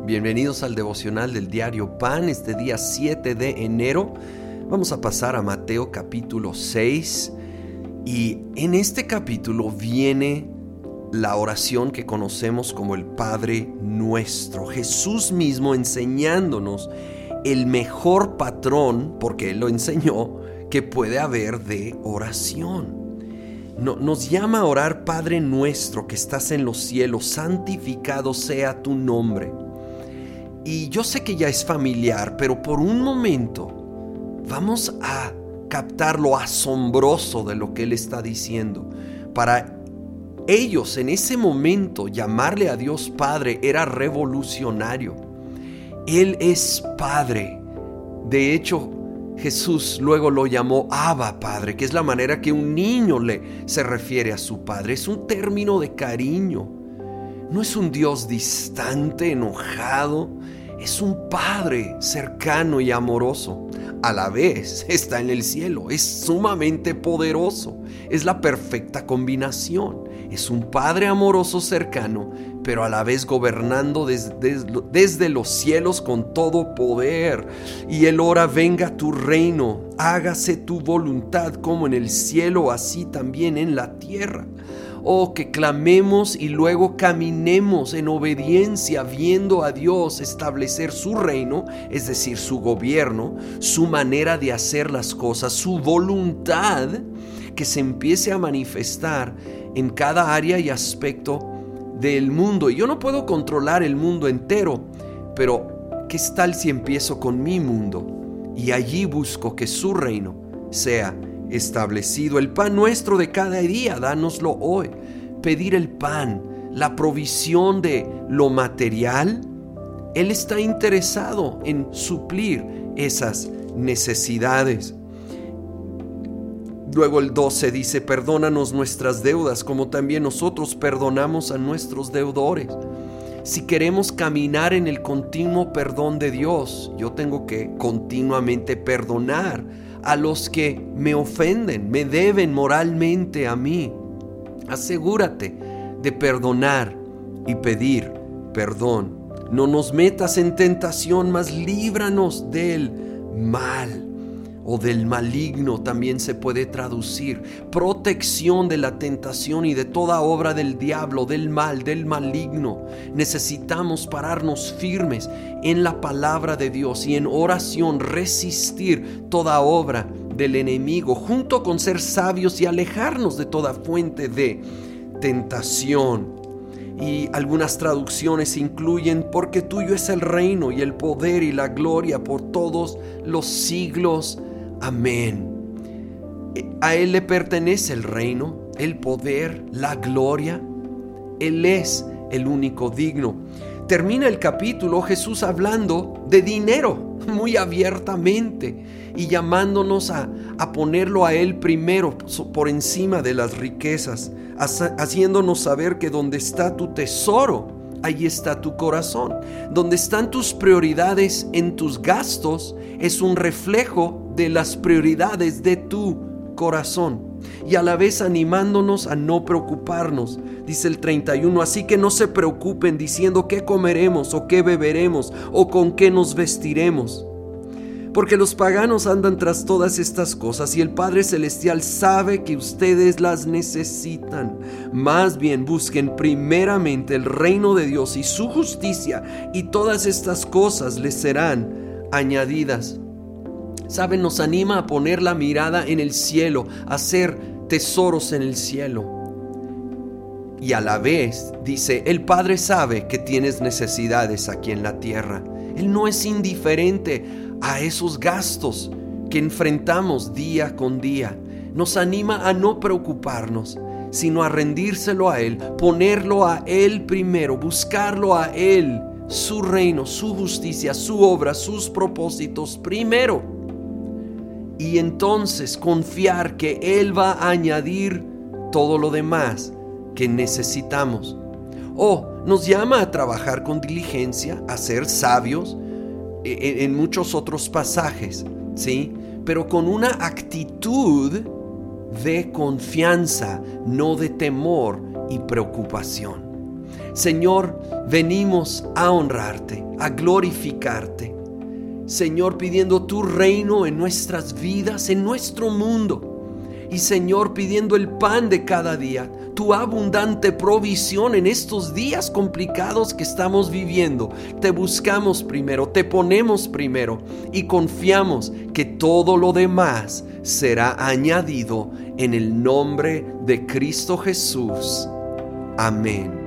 Bienvenidos al devocional del diario Pan, este día 7 de enero. Vamos a pasar a Mateo capítulo 6 y en este capítulo viene la oración que conocemos como el Padre Nuestro. Jesús mismo enseñándonos el mejor patrón, porque Él lo enseñó, que puede haber de oración. Nos llama a orar: Padre nuestro que estás en los cielos, santificado sea tu nombre. Y yo sé que ya es familiar, pero por un momento vamos a captar lo asombroso de lo que Él está diciendo. Para ellos en ese momento llamarle a Dios Padre era revolucionario. Él es Padre. De hecho, Jesús luego lo llamó Abba Padre, que es la manera que un niño se refiere a su padre. Es un término de cariño. No es un Dios distante, enojado. Es un Padre cercano y amoroso. A la vez está en el cielo. Es sumamente poderoso. Es la perfecta combinación. Es un Padre amoroso cercano, pero a la vez gobernando desde los cielos con todo poder. Y Él ora: venga tu reino, hágase tu voluntad como en el cielo, así también en la tierra. Oh, que clamemos y luego caminemos en obediencia, viendo a Dios establecer su reino, es decir, su gobierno, su manera de hacer las cosas, su voluntad, que se empiece a manifestar en cada área y aspecto del mundo. Y yo no puedo controlar el mundo entero, pero ¿qué tal si empiezo con mi mundo? Y allí busco que su reino sea establecido. El pan nuestro de cada día, dánoslo hoy. Pedir el pan, la provisión de lo material. Él está interesado en suplir esas necesidades. Luego el 12 dice: perdónanos nuestras deudas como también nosotros perdonamos a nuestros deudores. Si queremos caminar en el continuo perdón de Dios, yo tengo que continuamente perdonar a los que me ofenden, me deben moralmente a mí. Asegúrate de perdonar y pedir perdón. No nos metas en tentación, mas líbranos del mal. O del maligno también se puede traducir. Protección de la tentación y de toda obra del diablo, del mal, del maligno. Necesitamos pararnos firmes en la palabra de Dios y en oración resistir toda obra del enemigo, junto con ser sabios y alejarnos de toda fuente de tentación. Y algunas traducciones incluyen: porque tuyo es el reino y el poder y la gloria por todos los siglos. Amén. A Él le pertenece el reino, el poder, la gloria. Él es el único digno. Termina el capítulo Jesús hablando de dinero muy abiertamente y llamándonos a ponerlo a Él primero por encima de las riquezas, haciéndonos saber que donde está tu tesoro, ahí está tu corazón. Donde están tus prioridades en tus gastos es un reflejo de las prioridades de tu corazón. Y a la vez animándonos a no preocuparnos. Dice el 31: así que no se preocupen diciendo qué comeremos o qué beberemos o con qué nos vestiremos. Porque los paganos andan tras todas estas cosas y el Padre Celestial sabe que ustedes las necesitan. Más bien busquen primeramente el reino de Dios y su justicia, y todas estas cosas les serán añadidas. ¿Saben? Nos anima a poner la mirada en el cielo, a hacer tesoros en el cielo. Y a la vez dice: el Padre sabe que tienes necesidades aquí en la tierra. Él no es indiferente a esos gastos que enfrentamos día con día. Nos anima a no preocuparnos, sino a rendírselo a Él, ponerlo a Él primero, buscarlo a Él, su reino, su justicia, su obra, sus propósitos primero. Y entonces confiar que Él va a añadir todo lo demás que necesitamos. Nos llama a trabajar con diligencia, a ser sabios en muchos otros pasajes, ¿sí? Pero con una actitud de confianza, no de temor y preocupación. Señor, venimos a honrarte, a glorificarte. Señor, pidiendo tu reino en nuestras vidas, en nuestro mundo. Y Señor, pidiendo el pan de cada día, tu abundante provisión en estos días complicados que estamos viviendo. Te buscamos primero, te ponemos primero y confiamos que todo lo demás será añadido en el nombre de Cristo Jesús. Amén.